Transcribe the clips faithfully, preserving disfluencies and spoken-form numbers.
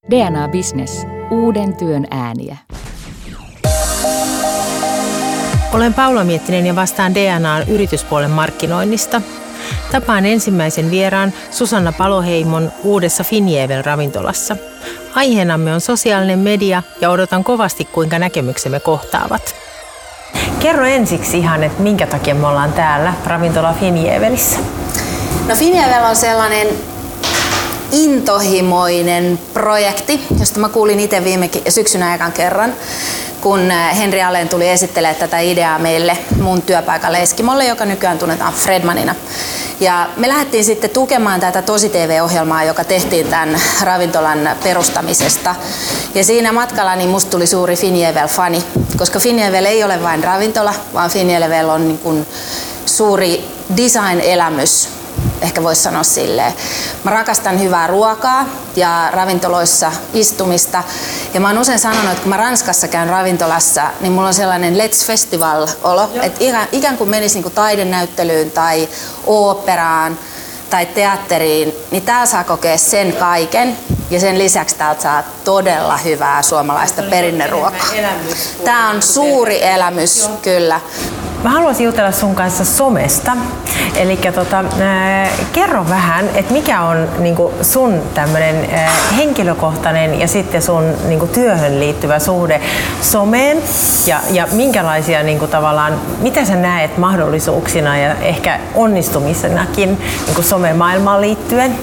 D N A Business. Uuden työn ääniä. Olen Paula Miettinen ja vastaan D N A:n yrityspuolen markkinoinnista. Tapaan ensimmäisen vieraan Susanna Paloheimon uudessa Finjevel-ravintolassa. Aiheenamme on sosiaalinen media ja odotan kovasti, kuinka näkemyksemme kohtaavat. Kerro ensiksi ihan, että minkä takia me ollaan täällä ravintola Finjevelissä? No Finjevel on sellainen intohimoinen projekti, josta mä kuulin itse viime syksynä ekan kerran, kun Henri Alén tuli esittelemään tätä ideaa meille mun työpaikalle Eskimolle, joka nykyään tunnetaan Fredmanina. Ja me lähdettiin sitten tukemaan tätä Tosi T V-ohjelmaa, joka tehtiin tämän ravintolan perustamisesta. Ja siinä matkalla niin musta tuli suuri Finjevel-fani, koska Finjevel ei ole vain ravintola, vaan Finjevel on niin kuin suuri design-elämys. Ehkä voisi sanoa silleen. Mä rakastan hyvää ruokaa ja ravintoloissa istumista. Ja mä oon usein sanonut, että kun mä Ranskassa käyn ravintolassa, niin mulla on sellainen Let's Festival-olo. Että ikään kuin menisi niinku taidenäyttelyyn tai oopperaan tai teatteriin, niin täällä saa kokea sen kaiken. Ja sen lisäksi täältä saa todella hyvää suomalaista perinneruokaa. Tää on suuri elämys, Joo. kyllä. Mä haluaisin jutella sun kanssa somesta. Eli tota, äh, kerro vähän, että mikä on niinku, sun tämmönen äh, henkilökohtainen ja sitten sun niinku, työhön liittyvä suhde someen ja, ja minkälaisia niinku, tavallaan, mitä sä näet mahdollisuuksina ja ehkä onnistumisenakin niinku, somemaailmaan liittyen?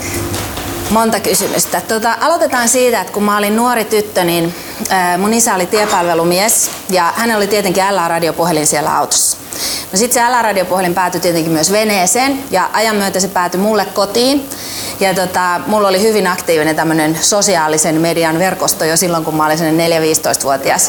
Monta kysymystä. Tota, aloitetaan siitä, että kun mä olin nuori tyttö, niin ää, mun isä oli tiepalvelumies ja hänellä oli tietenkin L A-radiopuhelin siellä autossa. No sit se L A-radiopuhelin päätyi tietenkin myös veneeseen ja ajan myötä se päätyi mulle kotiin. Ja tota, mulla oli hyvin aktiivinen tämmönen sosiaalisen median verkosto jo silloin, kun mä olin sellainen neljä-viisitoistavuotias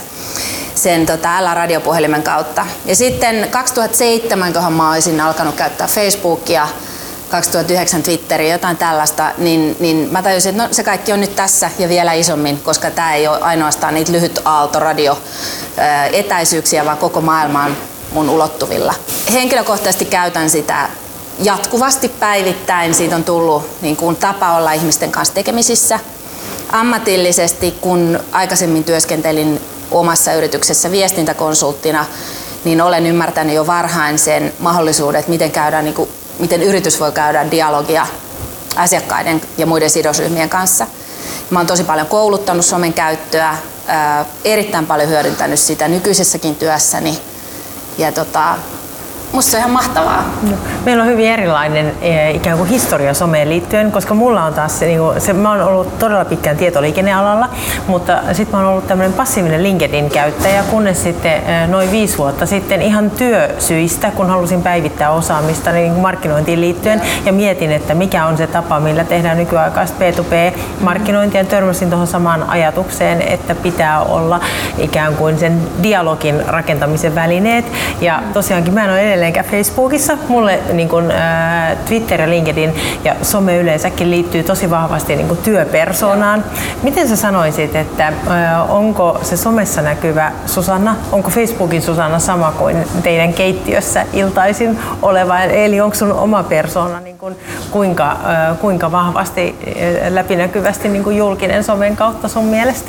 sen tota, L A-radiopuhelimen kautta. Ja sitten kaksituhattaseitsemän, kun mä olisin alkanut käyttää Facebookia, kaksituhattayhdeksän Twitteriä, jotain tällaista, niin, niin mä tajusin, että no, se kaikki on nyt tässä ja vielä isommin, koska tämä ei ole ainoastaan niitä lyhyt aaltoradio etäisyyksiä, vaan koko maailma on mun ulottuvilla. Henkilökohtaisesti käytän sitä jatkuvasti päivittäin. Siitä on tullut niin kuin tapa olla ihmisten kanssa tekemisissä. Ammatillisesti, kun aikaisemmin työskentelin omassa yrityksessä viestintäkonsulttina, niin olen ymmärtänyt jo varhain sen mahdollisuuden, että miten käydään niin kuin miten yritys voi käydä dialogia asiakkaiden ja muiden sidosryhmien kanssa. Mä oon tosi paljon kouluttanut somen käyttöä, ää, erittäin paljon hyödyntänyt sitä nykyisessäkin työssäni. Ja tota, musta se on ihan mahtavaa. Meillä on hyvin erilainen ikään kuin historia someen liittyen, koska mulla on taas se, niin kuin, se mä oon ollut todella pitkään tietoliikennealalla, mutta sitten mä oon ollut tämmöinen passiivinen LinkedIn-käyttäjä, kunnes sitten noin viisi vuotta sitten ihan työsyistä, kun halusin päivittää osaamista niin markkinointiin liittyen ja mietin, että mikä on se tapa, millä tehdään nykyaikaista B to B-markkinointia. Ja törmäsin tuohon samaan ajatukseen, että pitää olla ikään kuin sen dialogin rakentamisen välineet. Ja tosiaankin mä en ole edelleenkään Facebookissa. Mulle niin kun, ä, Twitter ja LinkedIn ja some yleensäkin liittyy tosi vahvasti niin kun työpersoonaan. Miten sä sanoisit, että ä, onko se somessa näkyvä Susanna, onko Facebookin Susanna sama kuin teidän keittiössä iltaisin oleva? Eli onko sun oma persoona niin kun, kuinka, ä, kuinka vahvasti ä, läpinäkyvästi niin kun julkinen somen kautta sun mielestä?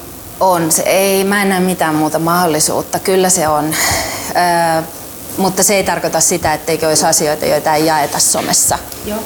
On. Se ei, mä en näe mitään muuta mahdollisuutta. Kyllä se on. Ö, Mutta se ei tarkoita sitä, etteikö olisi asioita, joita ei jaeta somessa. Joo.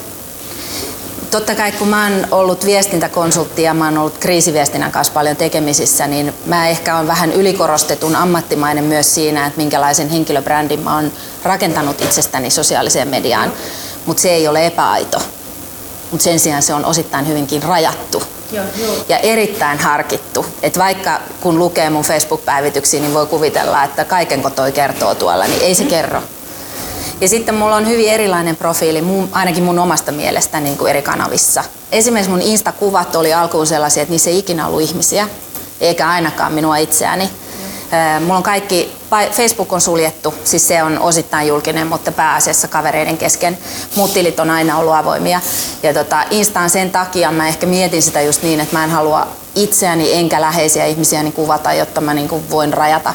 Totta kai kun mä oon ollut viestintäkonsultti ja mä oon ollut kriisiviestinnän kanssa paljon tekemisissä, niin mä ehkä on vähän ylikorostetun ammattimainen myös siinä, että minkälaisen henkilöbrändin mä oon rakentanut itsestäni sosiaaliseen mediaan. Mutta se ei ole epäaito. Mutta sen sijaan se on osittain hyvinkin rajattu. Joo, joo. Ja erittäin harkittu. Et vaikka kun lukee mun Facebook-päivityksiä, niin voi kuvitella, että kaikenko toi kertoo tuolla, niin ei se kerro. Ja sitten mulla on hyvin erilainen profiili, ainakin mun omasta mielestä niin kuin eri kanavissa. Esimerkiksi mun Insta-kuvat oli alkuun sellaisia, että niissä ei ikinä ollut ihmisiä, eikä ainakaan minua itseäni. Mulla on kaikki, Facebook on suljettu, siis se on osittain julkinen, mutta pääasiassa kavereiden kesken. Muut tilit on aina ollut avoimia. Ja tota, Instaan sen takia mä ehkä mietin sitä just niin, että mä en halua itseäni enkä läheisiä ihmisiäni kuvata, jotta mä niin kuin voin rajata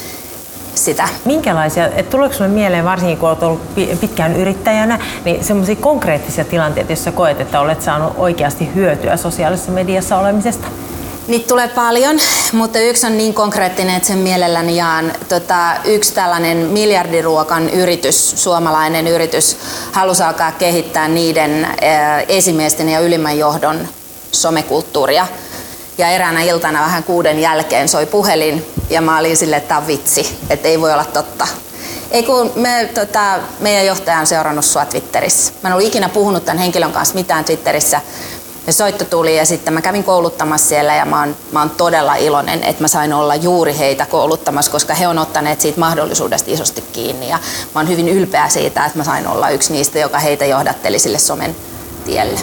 sitä. Minkälaisia, että tuleeko sinulle mieleen, varsinkin kun olet ollut pitkään yrittäjänä, niin semmoisia konkreettisia tilanteita, joissa koet, että olet saanut oikeasti hyötyä sosiaalisessa mediassa olemisesta? Niitä tulee paljon, mutta yksi on niin konkreettinen, että sen mielelläni jaan. Tota, yksi tällainen miljardiruokan yritys, suomalainen yritys, halusi alkaa kehittää niiden ää, esimiesten ja ylimmän johdon somekulttuuria. Ja eräänä iltana vähän kuuden jälkeen soi puhelin ja mä olin silleen, että tää on vitsi, että ei voi olla totta. Ei kun me, tota, meidän johtaja on seurannut sua Twitterissä. Mä en ollut ikinä puhunut tämän henkilön kanssa mitään Twitterissä. Ja soitto tuli ja sitten mä kävin kouluttamassa siellä ja mä oon, mä oon todella iloinen, että mä sain olla juuri heitä kouluttamassa, koska he on ottaneet siitä mahdollisuudesta isosti kiinni. Ja mä oon hyvin ylpeä siitä, että mä sain olla yksi niistä, joka heitä johdatteli sille somen tielle.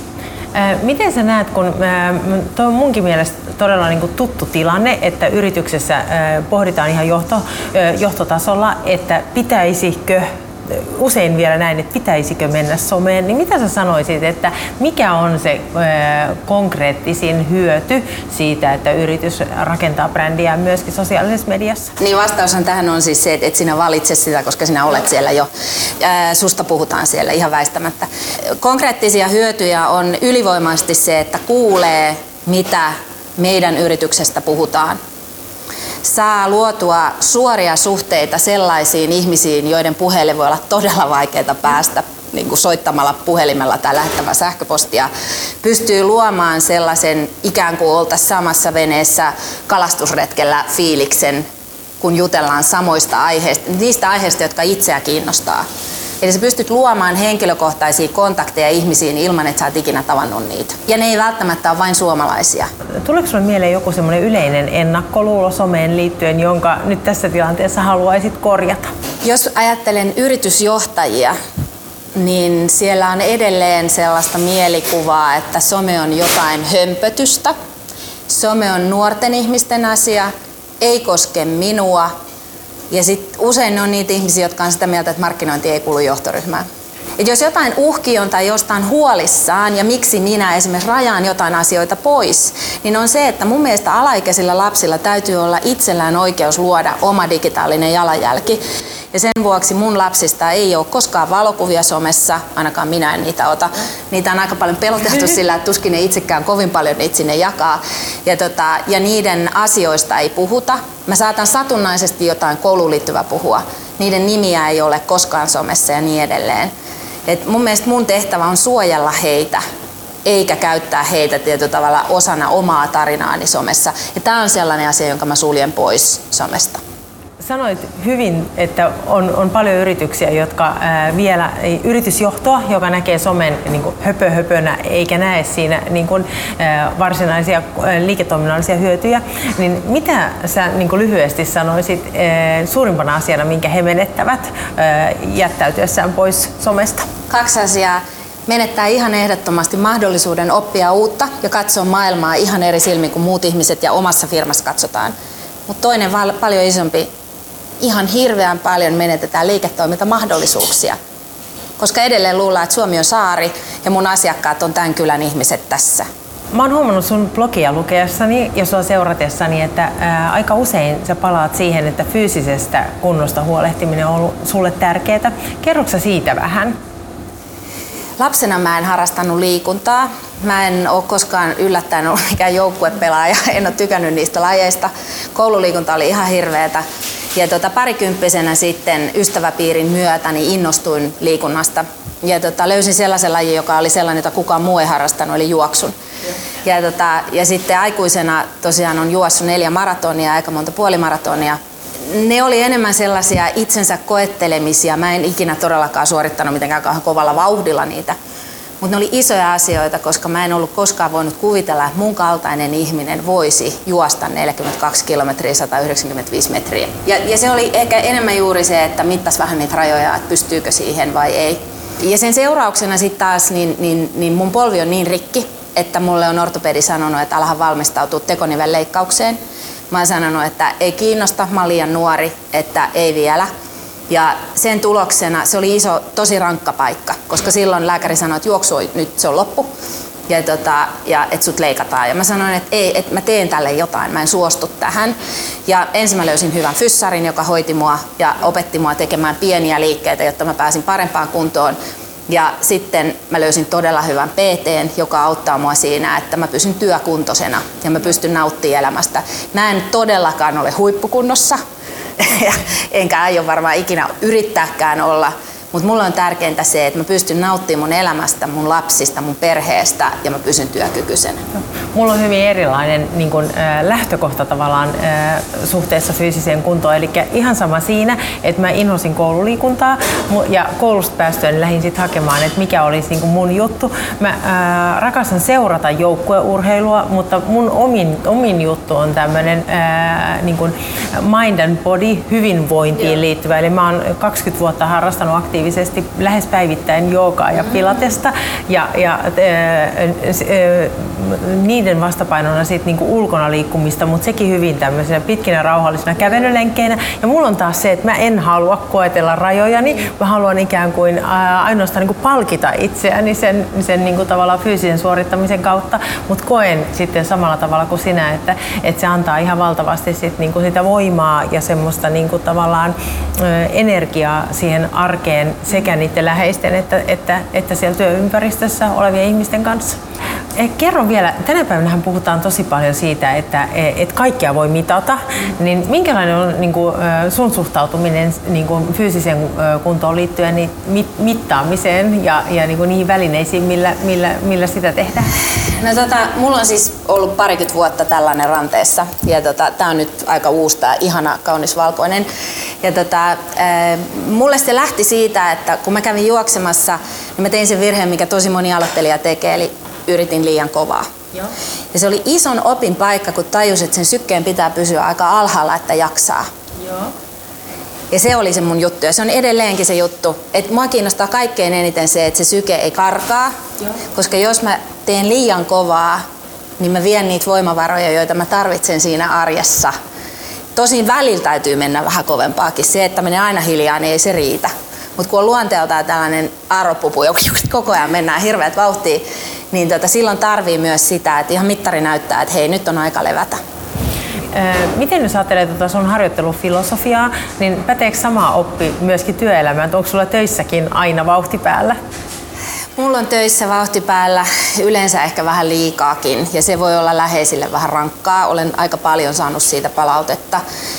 Miten sä näet, kun tuo on munkin mielestä todella niin kuin tuttu tilanne, että yrityksessä pohditaan ihan johto, johtotasolla, että pitäisikö, usein vielä näin, että pitäisikö mennä someen, niin mitä sä sanoisit, että mikä on se konkreettisin hyöty siitä, että yritys rakentaa brändiä myöskin sosiaalisessa mediassa? Niin vastaushan tähän on siis se, että et sinä valitse sitä, koska sinä olet siellä jo. Ää, susta puhutaan siellä ihan väistämättä. Konkreettisia hyötyjä on ylivoimaisesti se, että kuulee, mitä meidän yrityksestä puhutaan. Saa luotua suoria suhteita sellaisiin ihmisiin, joiden puheille voi olla todella vaikeaa päästä niin kuin soittamalla puhelimella tai lähettämällä sähköpostia. Pystyy luomaan sellaisen ikään kuin oltaisiin samassa veneessä kalastusretkellä fiiliksen, kun jutellaan samoista aiheista, niistä aiheista, jotka itseä kiinnostaa. Eli sä pystyt luomaan henkilökohtaisia kontakteja ihmisiin ilman, että sä oot ikinä tavannut niitä. Ja ne ei välttämättä ole vain suomalaisia. Tuleeko sinulle mieleen joku semmoinen yleinen ennakkoluulo someen liittyen, jonka nyt tässä tilanteessa haluaisit korjata? Jos ajattelen yritysjohtajia, niin siellä on edelleen sellaista mielikuvaa, että some on jotain hömpötystä. Some on nuorten ihmisten asia, ei koske minua. Ja sit usein on niitä ihmisiä, jotka on sitä mieltä, että markkinointi ei kuulu johtoryhmään. Et jos jotain uhki on tai jostain huolissaan ja miksi minä esimerkiksi rajaan jotain asioita pois, niin on se, että mun mielestä alaikäisillä lapsilla täytyy olla itsellään oikeus luoda oma digitaalinen jalanjälki. Ja sen vuoksi mun lapsista ei ole koskaan valokuvia somessa, ainakaan minä en niitä ota. Niitä on aika paljon peloteltu sillä, että tuskin ne itsekään kovin paljon niitä sinne jakaa. Ja, tota, ja niiden asioista ei puhuta. Mä saatan satunnaisesti jotain kouluun liittyvää puhua. Niiden nimiä ei ole koskaan somessa ja niin edelleen. Et mun mielestä mun tehtävä on suojella heitä, eikä käyttää heitä tietyllä tavalla osana omaa tarinaani somessa. Ja tää on sellainen asia, jonka mä suljen pois somesta. Sanoit hyvin, että on, on paljon yrityksiä, jotka ää, vielä, yritysjohtoa, joka näkee somen niin kuin höpö höpönä eikä näe siinä niin kuin, ää, varsinaisia ää, liiketoiminnallisia hyötyjä. Niin mitä sä niin kuin lyhyesti sanoisit ää, suurimpana asiana, minkä he menettävät ää, jättäytyessään pois somesta? Kaksi asiaa. Menettää ihan ehdottomasti mahdollisuuden oppia uutta ja katsoa maailmaa ihan eri silmin kuin muut ihmiset ja omassa firmassa katsotaan. Mutta toinen val- paljon isompi, ihan hirveän paljon menetetään liiketoimintamahdollisuuksia. Koska edelleen luullaan, että Suomi on saari ja mun asiakkaat on tämän kylän ihmiset tässä. Mä oon huomannut sun blogia lukeessani ja sua seuratessani, että ää, aika usein sä palaat siihen, että fyysisestä kunnosta huolehtiminen on ollut sulle tärkeää. Kerroksä sä siitä vähän? Lapsena mä en harrastanut liikuntaa. Mä en ole koskaan yllättäen ollut mikään joukkuepelaaja, en ole tykännyt niistä lajeista. Koululiikunta oli ihan hirveetä. Ja tota, parikymppisenä sitten ystäväpiirin myötä niin innostuin liikunnasta. Ja tota, löysin sellaisen lajin, joka oli sellainen, jota kukaan muu ei harrastanut, eli juoksun. Ja, tota, ja sitten aikuisena tosiaan on juossut neljä maratonia ja aika monta puolimaratonia. Ne oli enemmän sellaisia itsensä koettelemisia. Mä en ikinä todellakaan suorittanut mitenkään kauhean kovalla vauhdilla niitä. Mutta ne oli isoja asioita, koska mä en ollut koskaan voinut kuvitella, että mun kaltainen ihminen voisi juosta neljäkymmentäkaksi kilometriä, sata yhdeksänkymmentäviisi metriä. Ja, ja se oli ehkä enemmän juuri se, että mittas vähän niitä rajoja, että pystyykö siihen vai ei. Ja sen seurauksena sitten taas niin, niin, niin mun polvi on niin rikki, että mulle on ortopedi sanonut, että alahan valmistautua tekonivelleikkaukseen. Mä oon sanonut, että ei kiinnosta, mä oon liian nuori, että ei vielä. Ja sen tuloksena se oli iso, tosi rankka paikka, koska silloin lääkäri sanoi, että juoksu nyt se on loppu ja, tota, ja että sut leikataan. Ja mä sanoin, että ei, että mä teen tälle jotain, mä en suostu tähän. Ja ensin mä löysin hyvän fyssarin, joka hoiti mua ja opetti mua tekemään pieniä liikkeitä, jotta mä pääsin parempaan kuntoon. Ja sitten mä löysin todella hyvän P T:n, joka auttaa mua siinä, että mä pysyn työkuntoisena ja mä pystyn nauttimaan elämästä. Mä en todellakaan ole huippukunnossa, enkä aio varmaan ikinä yrittääkään olla. Mutta mulla on tärkeintä se, että mä pystyn nauttimaan mun elämästä, mun lapsista, mun perheestä ja mä pysyn työkykyisenä. Mulla on hyvin erilainen niin kun, äh, lähtökohta tavallaan äh, suhteessa fyysiseen kuntoon. Eli ihan sama siinä, että mä inhosin koululiikuntaa ja koulusta päästyen lähdin sitten hakemaan, että mikä olisi niin kun mun juttu. Mä äh, rakastan seurata joukkueurheilua, mutta mun omin, omin juttu on tämmöinen äh, niin kun mind and body hyvinvointiin liittyvä. Eli mä oon kaksikymmentä vuotta harrastanut aktiivisesti lähes päivittäin joogaa ja pilatesta ja, ja ää, niiden vastapainona sit niinku ulkona liikkumista, mutta sekin hyvin tämmöisenä pitkinä rauhallisena kävelylenkkeinä. Ja mulla on taas se, että mä en halua koetella rajojani, mä haluan ikään kuin ää, ainoastaan niinku palkita itseäni sen, sen niinku tavallaan fyysisen suorittamisen kautta, mutta koen sitten samalla tavalla kuin sinä, että, että se antaa ihan valtavasti sit niinku sitä voimaa ja semmoista niinku tavallaan ää, energiaa siihen arkeen sekä niiden läheisten että, että, että siellä työympäristössä olevien ihmisten kanssa. Kerro vielä, tänä päivänä puhutaan tosi paljon siitä, että, että kaikkea voi mitata, niin minkälainen on niin kuin, sun suhtautuminen niin kuin fyysiseen kuntoon liittyen niin mit, mittaamiseen ja, ja niin kuin niihin välineisiin, millä, millä, millä sitä tehdään? No tota, mulla on siis ollut parikymmentä vuotta tällainen ranteessa ja tota, tää on nyt aika uusi, tää ihana, kaunis valkoinen. Ja tota, äh, mulle se lähti siitä, että kun mä kävin juoksemassa, niin mä tein sen virheen, mikä tosi moni aloittelija tekee, eli yritin liian kovaa. Joo. Ja se oli ison opin paikka, kun tajusin, että sen sykkeen pitää pysyä aika alhaalla, että jaksaa. Joo. Ja se oli se mun juttu ja se on edelleenkin se juttu, että mua kiinnostaa kaikkein eniten se, että se syke ei karkaa, Joo. koska jos mä teen liian kovaa, niin mä vien niitä voimavaroja, joita mä tarvitsen siinä arjessa. Tosin välillä täytyy mennä vähän kovempaakin. Se, että menee aina hiljaa, niin ei se riitä. Mutta kun on luonteeltaan tällainen aeropupu, joka koko ajan mennään hirveät vauhtia, niin tota, silloin tarvii myös sitä, että ihan mittari näyttää, että hei, nyt on aika levätä. Miten jos ajattelee tuota sun harjoittelufilosofiaa, niin päteekö sama oppi myöskin työelämään? Onko sulla töissäkin aina vauhti päällä? Mulla on töissä vauhti päällä, yleensä ehkä vähän liikaakin, ja se voi olla läheisille vähän rankkaa. Olen aika paljon saanut siitä palautetta.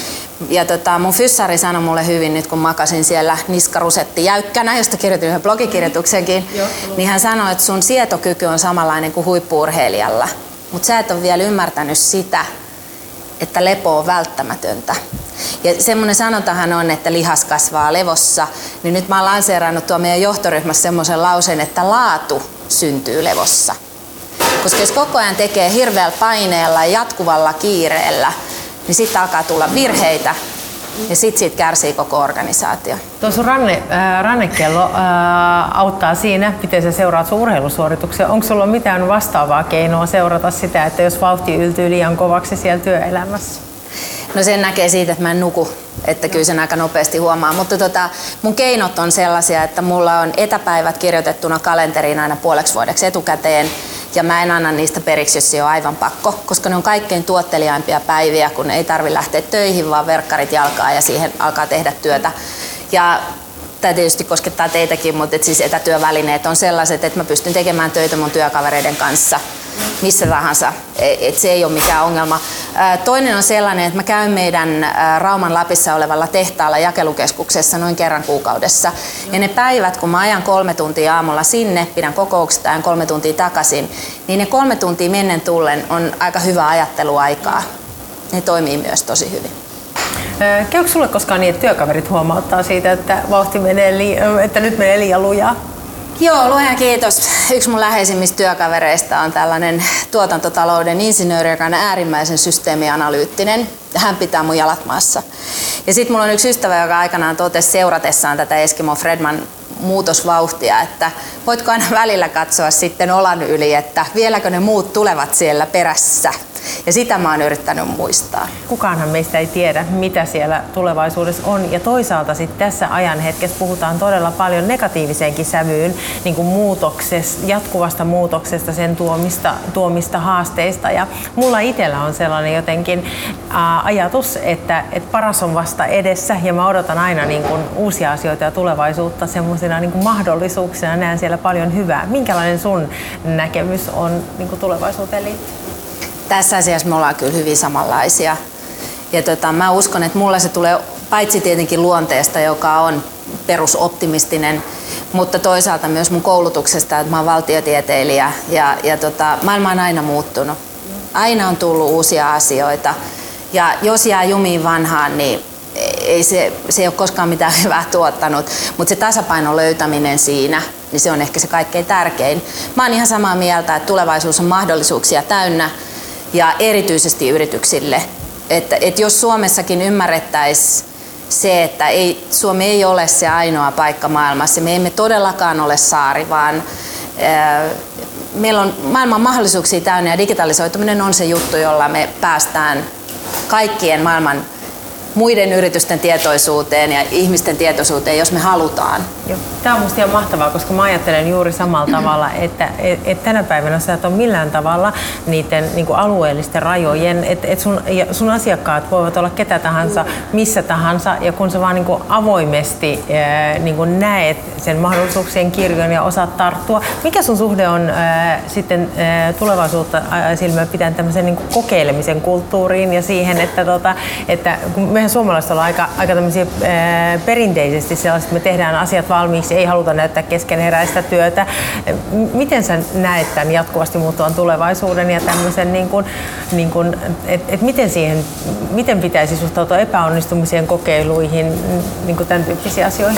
Ja tota, mun fyssari sanoi mulle hyvin nyt, kun makasin siellä niskarusetti jäykkänä, josta kirjoitin yhden blogikirjoituksenkin, Joo, niin hän sanoi, että sun sietokyky on samanlainen kuin huippu-urheilijalla. Mutta sä et ole vielä ymmärtänyt sitä, että lepo on välttämätöntä. Ja semmoinen sanontahan on, että lihas kasvaa levossa, niin nyt mä oon lanseerannut tuo meidän johtoryhmässä semmoisen lauseen, että laatu syntyy levossa. Koska jos koko ajan tekee hirveällä paineella ja jatkuvalla kiireellä, niin sitten alkaa tulla virheitä ja sitten siitä kärsii koko organisaatio. Tuo sun ranne, äh, rannekello äh, auttaa siinä, miten sä seuraat sun urheilusuorituksia. Onko sulla mitään vastaavaa keinoa seurata sitä, että jos vauhti yltyy liian kovaksi siellä työelämässä? No sen näkee siitä, että mä en nuku, että kyllä sen aika nopeasti huomaa. Mutta tota, mun keinot on sellaisia, että mulla on etäpäivät kirjoitettuna kalenteriin aina puoleksi vuodeksi etukäteen. Ja mä en anna niistä periksi, jos se on aivan pakko, koska ne on kaikkein tuotteliaimpia päiviä, kun ei tarvitse lähteä töihin, vaan verkkarit jalkaa ja siihen alkaa tehdä työtä. Ja tämä tietysti koskettaa teitäkin, mutta et siis etätyövälineet on sellaiset, että mä pystyn tekemään töitä mun työkavereiden kanssa missä tahansa, et se ei ole mikään ongelma. Toinen on sellainen, että mä käyn meidän Rauman Lapissa olevalla tehtaalla jakelukeskuksessa noin kerran kuukaudessa. Ja ne päivät, kun mä ajan kolme tuntia aamulla sinne, pidän kokoukset ajan kolme tuntia takaisin, niin ne kolme tuntia mennen tullen on aika hyvä ajatteluaikaa. Ne toimii myös tosi hyvin. Käykö sulle koskaan niin, että työkaverit huomauttaa siitä, että vauhti menee liian, että nyt menee liian lujaa? Joo, luojan kiitos. Yksi mun läheisimmistä työkavereista on tällainen tuotantotalouden insinööri, joka on äärimmäisen systeemianalyyttinen. Hän pitää mun jalat maassa. Ja sitten mulla on yksi ystävä, joka aikanaan totesi seuratessaan tätä Eskimo Fredman muutosvauhtia, että voitko aina välillä katsoa sitten olan yli, että vieläkö ne muut tulevat siellä perässä. Ja sitä mä oon yrittänyt muistaa. Kukaanhan meistä ei tiedä, mitä siellä tulevaisuudessa on. Ja toisaalta sitten tässä ajan hetkessä puhutaan todella paljon negatiiviseenkin sävyyn niin kuin muutoksesta, jatkuvasta muutoksesta, sen tuomista, tuomista haasteista. Ja mulla itsellä on sellainen jotenkin ää, ajatus, että, että paras on vasta edessä ja mä odotan aina niin kuin uusia asioita ja tulevaisuutta semmoisina niin kuin mahdollisuuksina. Näen siellä paljon hyvää. Minkälainen sun näkemys on niin kuin tulevaisuuteen liittyen? Tässä asiassa me ollaan kyllä hyvin samanlaisia. Ja tota, mä uskon, että mulla se tulee paitsi tietenkin luonteesta, joka on perusoptimistinen, mutta toisaalta myös mun koulutuksesta, että mä oon valtiotieteilijä ja, ja tota, maailma on aina muuttunut. Aina on tullut uusia asioita ja jos jää jumiin vanhaan, niin ei se, se ei ole koskaan mitään hyvää tuottanut, mutta se tasapainon löytäminen siinä, niin se on ehkä se kaikkein tärkein. Mä oon ihan samaa mieltä, että tulevaisuus on mahdollisuuksia täynnä ja erityisesti yrityksille. Että, että jos Suomessakin ymmärrettäisiin se, että ei, Suomi ei ole se ainoa paikka maailmassa, me emme todellakaan ole saari, vaan ää, meillä on maailman mahdollisuuksia täynnä ja digitalisoituminen on se juttu, jolla me päästään kaikkien maailman muiden yritysten tietoisuuteen ja ihmisten tietoisuuteen, jos me halutaan. Joo. Tämä on musta ihan mahtavaa, koska mä ajattelen juuri samalla tavalla, että et, et tänä päivänä sä et ole millään tavalla niiden niin kuin alueellisten rajojen, että et sun, sun asiakkaat voivat olla ketä tahansa, missä tahansa, ja kun sä vaan niin kuin avoimesti ää, niin kuin näet sen mahdollisuuksien kirjon ja osaat tarttua. Mikä sun suhde on ää, sitten ää, tulevaisuutta silmällä pitäen tämmöisen niin kuin kokeilemisen kulttuuriin ja siihen, että, tota, että kun mehän suomalaiset ollaan aika, aika tämmöisiä ää, perinteisesti sellaiset, että me tehdään asiat valmiiksi, ei haluta näyttää keskeneräistä työtä. Miten sä näet tämän jatkuvasti muuttuvan tulevaisuuden ja tämmöisen, niin kuin, niin kuin, että et miten, siihen, miten pitäisi suhtautua epäonnistumisien kokeiluihin, niin kuin tämän tyyppisiin asioihin?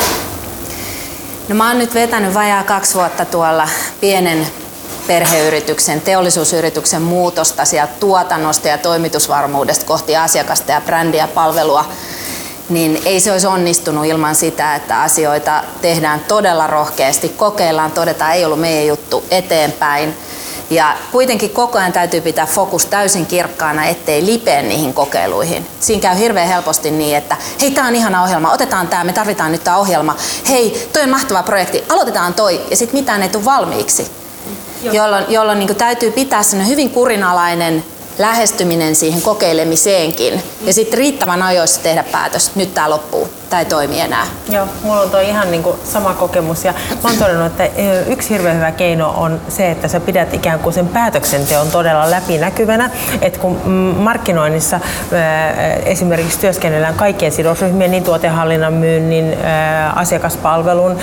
No mä oon nyt vetänyt vajaa kaksi vuotta tuolla pienen perheyrityksen, teollisuusyrityksen muutosta sieltä tuotannosta ja toimitusvarmuudesta kohti asiakasta ja brändiä ja palvelua, niin ei se olisi onnistunut ilman sitä, että asioita tehdään todella rohkeasti, kokeillaan, todetaan, ei ollut meidän juttu, eteenpäin. Ja kuitenkin koko ajan täytyy pitää fokus täysin kirkkaana, ettei lipee niihin kokeiluihin. Siinä käy hirveän helposti niin, että hei, tää on ihana ohjelma, otetaan tää, me tarvitaan nyt tää ohjelma. Hei, toi on mahtava projekti, aloitetaan toi, ja sitten mitään ei tule valmiiksi. Joo. Jolloin, jolloin niin kuin täytyy pitää sellainen hyvin kurinalainen lähestyminen siihen kokeilemiseenkin ja sitten riittävän ajoissa tehdä päätös, nyt tää loppuu, tää ei toimi enää. Joo, mulla on toi ihan niinku sama kokemus ja mä oon todennut, että yksi hirveän hyvä keino on se, että sä pidät ikään kuin sen päätöksenteon todella läpinäkyvänä, että kun markkinoinnissa esimerkiksi työskennellään kaikkien sidosryhmien, niin tuotehallinnan, myynnin, asiakaspalvelun,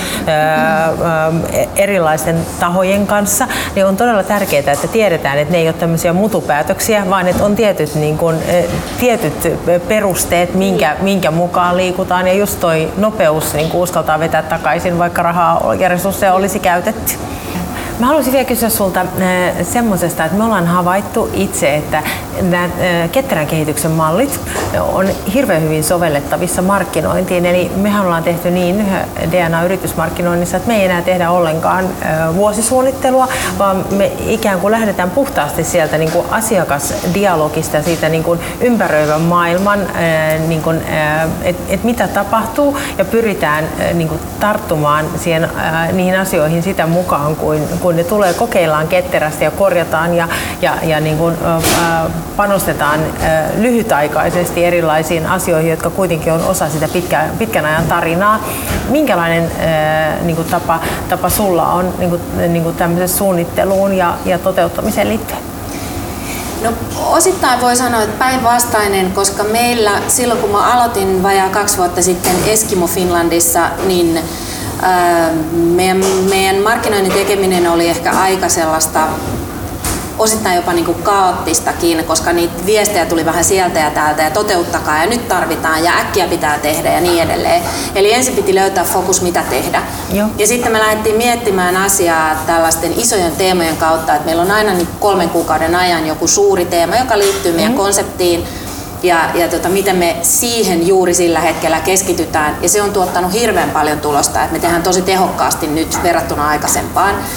erilaisten tahojen kanssa, niin on todella tärkeää, että tiedetään, että ne ei ole tämmöisiä mutupäätöksiä, vaan että on tietyt, niin kuin, tietyt perusteet, minkä, minkä mukaan liikutaan, ja just toi nopeus niin kuin uskaltaa vetää takaisin, vaikka rahaa ja resursseja olisi käytetty. Mä haluaisin vielä kysyä sulta semmoisesta, että me ollaan havaittu itse, että nämä ketterän kehityksen mallit on hirveän hyvin sovellettavissa markkinointiin. Eli mehän ollaan tehty niin D N A-yritysmarkkinoinnissa, että me ei enää tehdä ollenkaan vuosisuunnittelua, vaan me ikään kuin lähdetään puhtaasti sieltä niin kuin asiakasdialogista, siitä niin kuin ympäröivän maailman, niin kuin, että et mitä tapahtuu, ja pyritään niin kuin tarttumaan siihen, niihin asioihin sitä mukaan, kuin kun ne tulee, kokeillaan ketterästi ja korjataan ja, ja, ja niin kuin, ää, panostetaan ää, lyhytaikaisesti erilaisiin asioihin, jotka kuitenkin on osa sitä pitkä, pitkän ajan tarinaa. Minkälainen ää, niin kuin tapa, tapa sulla on niin kuin, niin kuin tämmöiseen suunnitteluun ja, ja toteuttamiseen liittyen? No, osittain voi sanoa, että päinvastainen, koska meillä silloin kun mä aloitin vajaa kaksi vuotta sitten Eskimo Finlandissa, niin Meidän, meidän markkinoinnin tekeminen oli ehkä aika sellaista osittain jopa niin kuin kaoottistakin, koska niitä viestejä tuli vähän sieltä ja täältä ja toteuttakaa ja nyt tarvitaan ja äkkiä pitää tehdä ja niin edelleen. Eli ensin piti löytää fokus, mitä tehdä. Joo. Ja sitten me lähdettiin miettimään asiaa tällaisten isojen teemojen kautta, että meillä on aina niin kolmen kuukauden ajan joku suuri teema, joka liittyy meidän mm. konseptiin. Ja, ja tota, miten me siihen juuri sillä hetkellä keskitytään. Ja se on tuottanut hirveän paljon tulosta, että me tehdään tosi tehokkaasti nyt verrattuna aikaisempaan.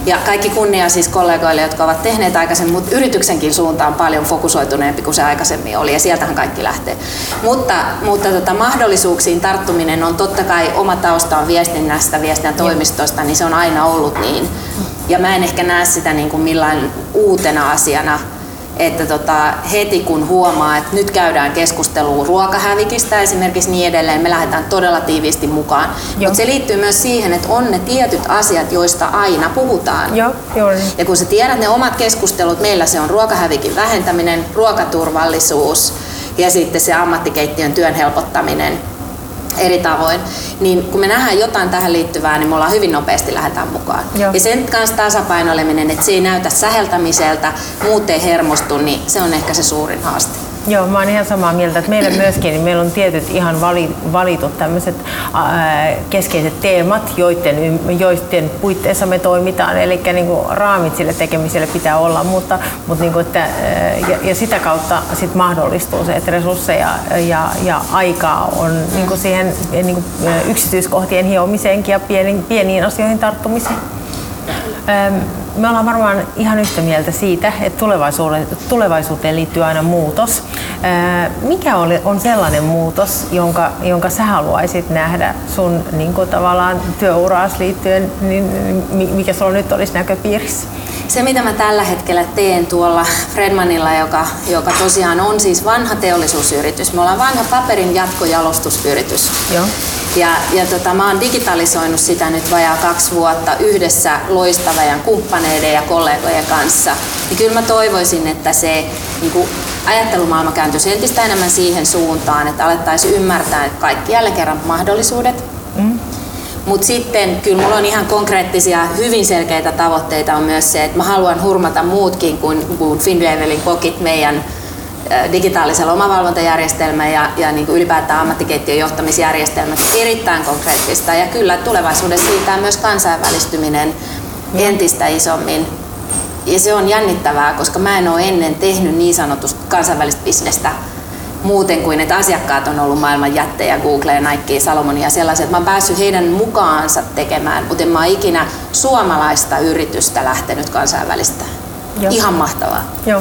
Ja kaikki kunnia siis kollegoille, jotka ovat tehneet aikaisemmin, mutta yrityksenkin suuntaan paljon fokusoituneempi kuin se aikaisemmin oli, ja sieltähän kaikki lähtee. Mutta, mutta tota, mahdollisuuksiin tarttuminen on totta kai oma tausta on viestinnästä, viestinnän toimistosta, niin se on aina ollut niin. Ja mä en ehkä näe sitä niin kuin millään uutena asiana, että tota, heti kun huomaa, että nyt käydään keskustelua ruokahävikistä esimerkiksi niin edelleen, me lähdetään todella tiiviisti mukaan. Mutta se liittyy myös siihen, että on ne tietyt asiat, joista aina puhutaan. Joo, joo. Ja kun sä tiedät ne omat keskustelut, meillä se on ruokahävikin vähentäminen, ruokaturvallisuus ja sitten se ammattikeittiön työn helpottaminen eri tavoin, niin kun me nähdään jotain tähän liittyvää, niin me ollaan hyvin nopeasti lähdetään mukaan. Joo. Ja sen kanssa tasapainoileminen, että se ei näytä säheltämiseltä, muut ei hermostu, niin se on ehkä se suurin haaste. Joo, mä oon ihan samaa mieltä, että meillä myöskin niin meillä on tietyt ihan valitut tämmöiset ää, keskeiset teemat, joiden, joiden puitteissa me toimitaan, eli niin kuin raamit sille tekemiselle pitää olla, mutta, mutta niin kuin, että, ja, ja sitä kautta sit mahdollistuu se, että resursseja ja, ja aikaa on niin kuin siihen niin kuin yksityiskohtien hiomiseenkin ja pieniin, pieniin asioihin tarttumiseen. Me ollaan varmaan ihan yhtä mieltä siitä, että tulevaisuuteen liittyy aina muutos. Mikä on sellainen muutos, jonka, jonka sä haluaisit nähdä sun niin kuin tavallaan työuraas liittyen, niin mikä sulla nyt olisi näköpiirissä? Se, mitä mä tällä hetkellä teen tuolla Fredmanilla, joka, joka tosiaan on siis vanha teollisuusyritys. Me ollaan vanha paperin jatkojalostusyritys. Joo. Ja, ja tota, mä oon digitalisoinut sitä nyt vajaa kaksi vuotta yhdessä loistavien kumppaneiden ja kollegojen kanssa. Ja kyllä mä toivoisin, että se niin kuin ajattelumaailma kääntyisi entistä enemmän siihen suuntaan, että alettaisiin ymmärtää että kaikki jälleen kerran mahdollisuudet. Mm. Mutta sitten kyllä mulla on ihan konkreettisia, hyvin selkeitä tavoitteita on myös se, että mä haluan hurmata muutkin kuin, kuin Finlevelin kokit meidän digitaalisella omavalvontajärjestelmä ja, ja niin kuin ylipäätään ammattikeittiön johtamisjärjestelmät erittäin konkreettista. Ja kyllä tulevaisuudessa siitä myös kansainvälistyminen entistä isommin. Ja se on jännittävää, koska mä en ole ennen tehnyt niin sanotusta kansainvälistä bisnestä muuten kuin, että asiakkaat on ollut maailman jättejä, Google, Nike, Salomonia ja sellaiset. Mä oon päässyt heidän mukaansa tekemään, mutta en mä oon ikinä suomalaista yritystä lähtenyt kansainvälistä. Joo. Ihan mahtavaa. Joo.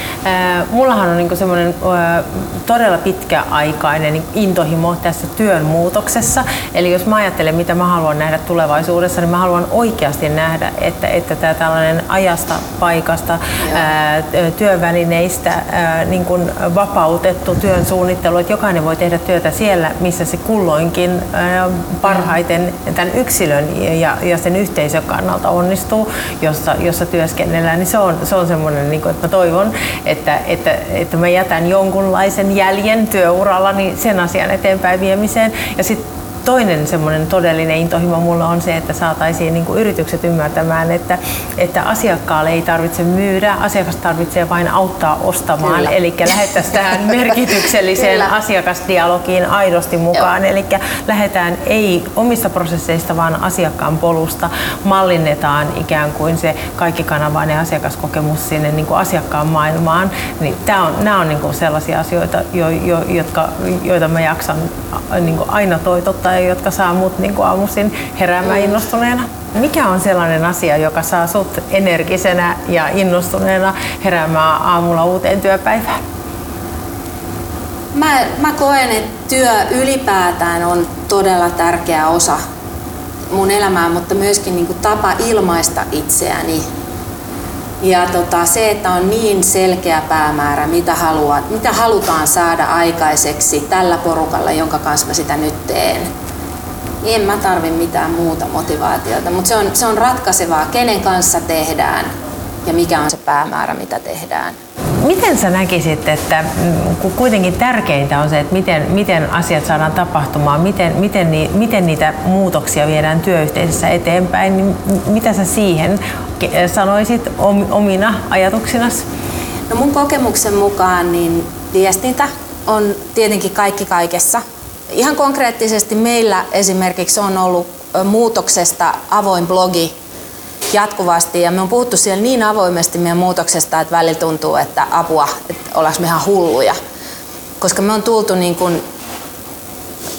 Äh, mullahan on niinku semmoinen äh, todella pitkäaikainen intohimo tässä työn muutoksessa. Eli jos mä ajattelen, mitä mä haluan nähdä tulevaisuudessa, niin mä haluan oikeasti nähdä, että, että tämä tällainen ajasta, paikasta, ää, työvälineistä ää, niin kuin vapautettu työn suunnittelu, että jokainen voi tehdä työtä siellä, missä se kulloinkin ää, parhaiten tämän yksilön ja, ja sen yhteisön kannalta onnistuu, jossa, jossa työskennellään, niin se on, se on semmoinen, niin kuin, että mä toivon, että, että, että mä jätän jonkunlaisen jäljen työurallani sen asian eteenpäin viemiseen. Ja sit toinen semmoinen todellinen intohimo mulla on se, että saataisiin niin kuin yritykset ymmärtämään, että, että asiakkaalle ei tarvitse myydä, asiakas tarvitsee vain auttaa ostamaan. Kyllä. Eli lähdettäisiin tähän merkitykselliseen asiakasdialogiin aidosti mukaan. Eli lähdetään ei omista prosesseista, vaan asiakkaan polusta. Mallinnetaan ikään kuin se kaikkikanavainen asiakaskokemus sinne niin kuin asiakkaan maailmaan. Niin tää on, nämä on niin kuin sellaisia asioita, jo, jo, jotka, joita mä jaksan niin kuin aina toitottaa, jotka saa mut niin kuin aamuisin heräämään mm. innostuneena. Mikä on sellainen asia, joka saa sut energisenä ja innostuneena heräämään aamulla uuteen työpäivään? Mä, mä koen, että työ ylipäätään on todella tärkeä osa mun elämää, mutta myöskin niin kuin tapa ilmaista itseäni. Ja tota, se, että on niin selkeä päämäärä, mitä, haluat, mitä halutaan saada aikaiseksi tällä porukalla, jonka kanssa mä sitä nyt teen. En mä tarvi mitään muuta motivaatiota, mutta se on, se on ratkaisevaa, kenen kanssa tehdään ja mikä on se päämäärä, mitä tehdään. Miten sä näkisit, että kun kuitenkin tärkeintä on se, että miten, miten asiat saadaan tapahtumaan, miten, miten, ni, miten niitä muutoksia viedään työyhteisössä eteenpäin, niin mitä sä siihen sanoisit omina ajatuksinasi? No mun kokemuksen mukaan niin viestintä on tietenkin kaikki kaikessa. Ihan konkreettisesti meillä esimerkiksi on ollut muutoksesta avoin blogi jatkuvasti ja me on puhuttu siellä niin avoimesti meidän muutoksesta, että välillä tuntuu, että apua, että ollaanko me ihan hulluja. Koska me on tultu niin kuin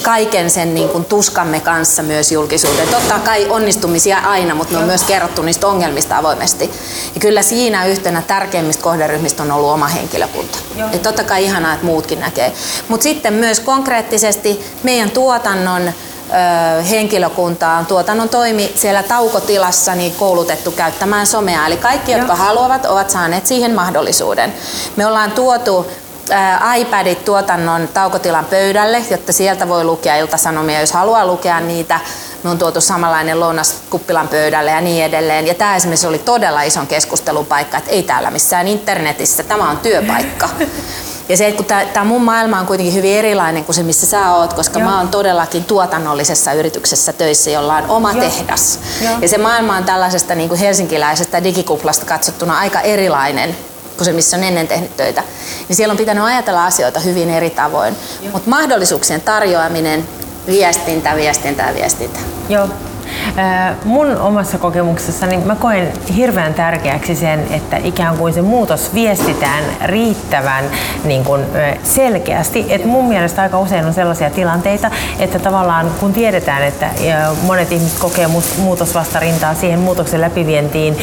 kaiken sen niin kuin tuskamme kanssa myös julkisuuteen. Totta kai onnistumisia aina, mutta me on myös kerrottu niistä ongelmista avoimesti. Ja kyllä siinä yhtenä tärkeimmistä kohderyhmistä on ollut oma henkilökunta. Ja totta kai ihanaa, että muutkin näkee. Mutta sitten myös konkreettisesti meidän tuotannon ö, henkilökunta on tuotannon toimi siellä taukotilassa niin koulutettu käyttämään somea. Eli kaikki, jotka Joo. haluavat, ovat saaneet siihen mahdollisuuden. Me ollaan tuotu ä, iPadit tuotannon taukotilan pöydälle, jotta sieltä voi lukea Ilta-Sanomia, jos haluaa lukea niitä. Me on tuotu samanlainen lounas kuppilan pöydälle ja niin edelleen. Ja tämä esimerkiksi oli todella ison keskustelupaikka, että ei täällä missään internetissä, tämä on työpaikka. Ja se, että kun tämä mun maailma on kuitenkin hyvin erilainen kuin se, missä sä oot, koska Joo. mä oon todellakin tuotannollisessa yrityksessä töissä, jolla on oma Joo. tehdas. Joo. Ja se maailma on tällaisesta niin kuin helsinkiläisestä digikuplasta katsottuna aika erilainen kuin se, missä on ennen tehnyt töitä. Niin siellä on pitänyt ajatella asioita hyvin eri tavoin. Mutta mahdollisuuksien tarjoaminen, viestintä, viestintä ja viestintä. Joo. Mun omassa kokemuksessani mä koen hirveän tärkeäksi sen, että ikään kuin se muutos viestitään riittävän niin kuin selkeästi. Et mun mielestä aika usein on sellaisia tilanteita, että tavallaan kun tiedetään, että monet ihmiset kokee muutosvastarintaa siihen muutoksen läpivientiin,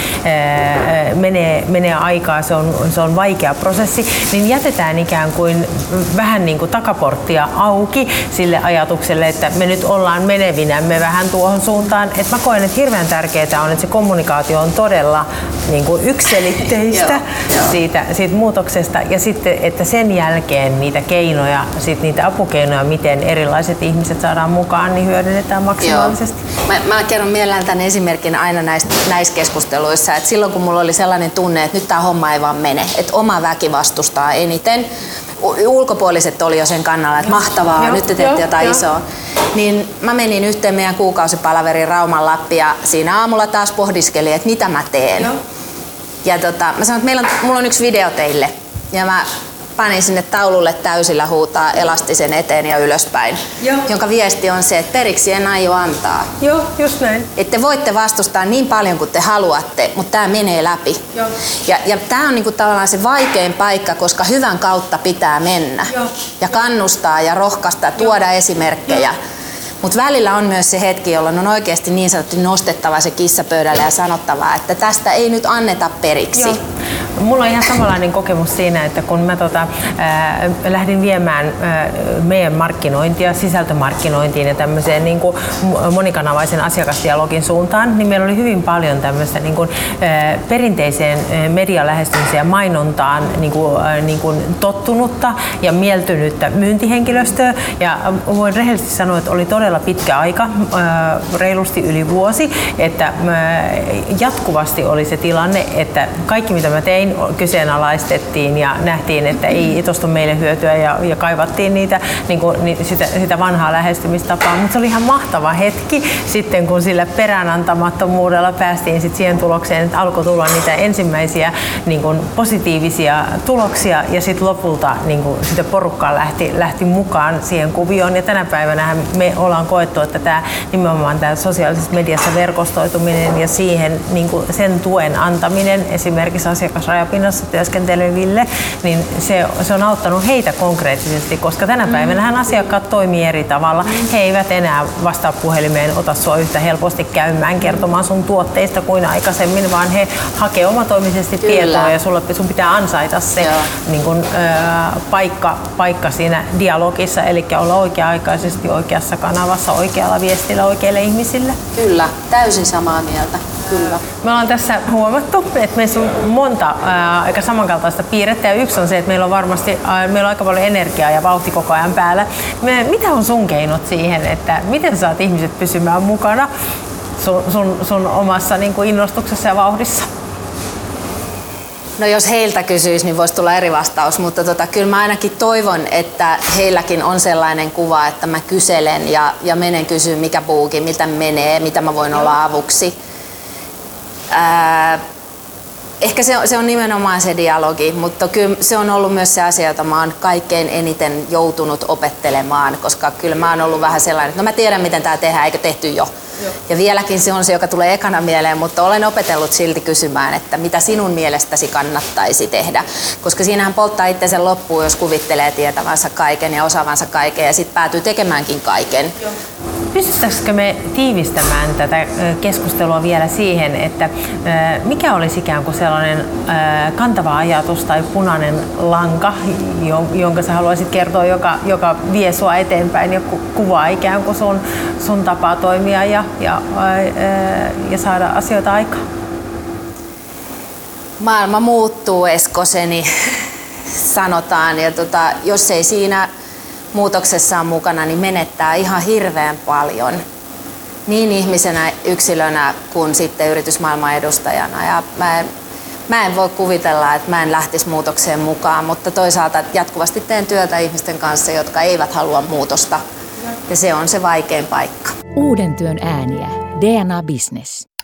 menee, menee aikaa, se on, se on vaikea prosessi, niin jätetään ikään kuin vähän niin kuin takaporttia auki sille ajatukselle, että me nyt ollaan menevinä, me vähän tuohon suuntaan. Et mä koen, että hirveän tärkeää on, että se kommunikaatio on todella niin kuin yksiselitteistä siitä, siitä muutoksesta ja sitten, että sen jälkeen niitä keinoja, sit niitä apukeinoja, miten erilaiset ihmiset saadaan mukaan, niin hyödynnetään maksimaalisesti. Mä, mä kerron mielellään tämän esimerkin aina näistä, näissä keskusteluissa, että silloin kun mulla oli sellainen tunne, että nyt tää homma ei vaan mene, että oma väki vastustaa eniten, ulkopuoliset oli jo sen kannalla, että mahtavaa, joo, nyt te teette jotain jo. isoa. Niin mä menin yhteen meidän kuukausipalaveriin Rauman Lappi ja siinä aamulla taas pohdiskelin, että mitä mä teen. Joo. Ja tota, mä sanoin, että meillä on, mulla on yksi video teille. Ja mä panin sinne taululle täysillä huutaa elastisen eteen ja ylöspäin. Joo. Jonka viesti on se, että periksi en aio antaa. Joo, just näin. Että te voitte vastustaa niin paljon kuin te haluatte, mutta tämä menee läpi. Joo. Ja, ja tämä on niinku tavallaan se vaikein paikka, koska hyvän kautta pitää mennä. Joo. Ja kannustaa ja rohkaista ja tuoda Joo. esimerkkejä. Mutta välillä on myös se hetki, jolloin on oikeasti niin sanottu nostettava se kissa pöydälle ja sanottava, että tästä ei nyt anneta periksi. Joo. Mulla on ihan samanlainen kokemus siinä, että kun mä tota, ää, lähdin viemään ää, meidän markkinointia, sisältömarkkinointiin ja tämmöiseen niin kuin monikanavaisen asiakasdialogin suuntaan, niin meillä oli hyvin paljon tämmöistä niin kuin, ää, perinteiseen medialähestymiseen ja mainontaan niin kuin, ää, niin kuin tottunutta ja mieltynyttä myyntihenkilöstöä. Ja voin rehellisesti sanoa, että oli todella pitkä aika, ää, reilusti yli vuosi, että ää, jatkuvasti oli se tilanne, että kaikki mitä mä tein kyseenalaistettiin ja nähtiin, että ei tuosta meille hyötyä ja, ja kaivattiin niitä, niin kuin, ni, sitä, sitä vanhaa lähestymistapaa. Mutta se oli ihan mahtava hetki sitten, kun sillä peräänantamattomuudella päästiin sit siihen tulokseen, että alkoi tulla niitä ensimmäisiä niin kuin positiivisia tuloksia ja sitten lopulta niin kuin, sitä porukkaa lähti, lähti mukaan siihen kuvioon. Ja tänä päivänä me ollaan koettu, että tämä, nimenomaan tämä sosiaalisessa mediassa verkostoituminen ja siihen, niin kuin sen tuen antaminen esimerkiksi asiakasrajapinnassa työskenteleville, niin se, se on auttanut heitä konkreettisesti, koska tänä päivänä asiakkaat toimii eri tavalla. He eivät enää vastaa puhelimeen, ota sua yhtä helposti käymään kertomaan sun tuotteista kuin aikaisemmin, vaan he hakee omatoimisesti Kyllä. tietoa ja sulla, sun pitää ansaita se niin kun, ä, paikka, paikka siinä dialogissa, eli olla oikea-aikaisesti oikeassa kanavassa, oikealla viestillä oikeille ihmisille. Kyllä, täysin samaa mieltä. Kyllä. Me ollaan tässä huomattu, että meissä on monta ää, aika samankaltaista piirrettä ja yksi on se, että meillä on varmasti ää, meillä on aika paljon energiaa ja vauhti koko ajan päällä. Me, mitä on sun keinot siihen, että miten sä saat ihmiset pysymään mukana sun, sun, sun omassa niin kuin innostuksessa ja vauhdissa? No jos heiltä kysyisi, niin voisi tulla eri vastaus, mutta tota, kyllä mä ainakin toivon, että heilläkin on sellainen kuva, että mä kyselen ja, ja menen kysyä mikä puukin, miltä menee, mitä mä voin olla avuksi. Ää, ehkä se on, se on nimenomaan se dialogi, mutta kyllä se on ollut myös se asia, jota mä oon kaikkein eniten joutunut opettelemaan, koska kyllä mä oon ollut vähän sellainen, että no mä tiedän miten tää tehdään, eikö tehty jo. Ja vieläkin se on se, joka tulee ekana mieleen, mutta olen opetellut silti kysymään, että mitä sinun mielestäsi kannattaisi tehdä. Koska siinähän polttaa itsensä loppuun, jos kuvittelee tietävänsä kaiken ja osaavansa kaiken ja sitten päätyy tekemäänkin kaiken. Joo. Pystyttäisikö me tiivistämään tätä keskustelua vielä siihen, että mikä olisi ikään kuin sellainen kantava ajatus tai punainen lanka, jonka sä haluaisit kertoa, joka, joka vie sua eteenpäin ja kuvaa ikään kuin sun, sun tapaa toimia ja, ja, ja saada asioita aikaan? Maailma muuttuu, Eskoseni, sanotaan. Ja tota, jos ei siinä muutoksessa on mukana, niin menettää ihan hirveän paljon. Niin ihmisenä, yksilönä kuin sitten yritysmaailman edustajana. Ja mä, en, mä en voi kuvitella, että mä en lähtisi muutokseen mukaan, mutta toisaalta jatkuvasti teen työtä ihmisten kanssa, jotka eivät halua muutosta. Ja se on se vaikein paikka. Uuden työn ääniä. D N A Business.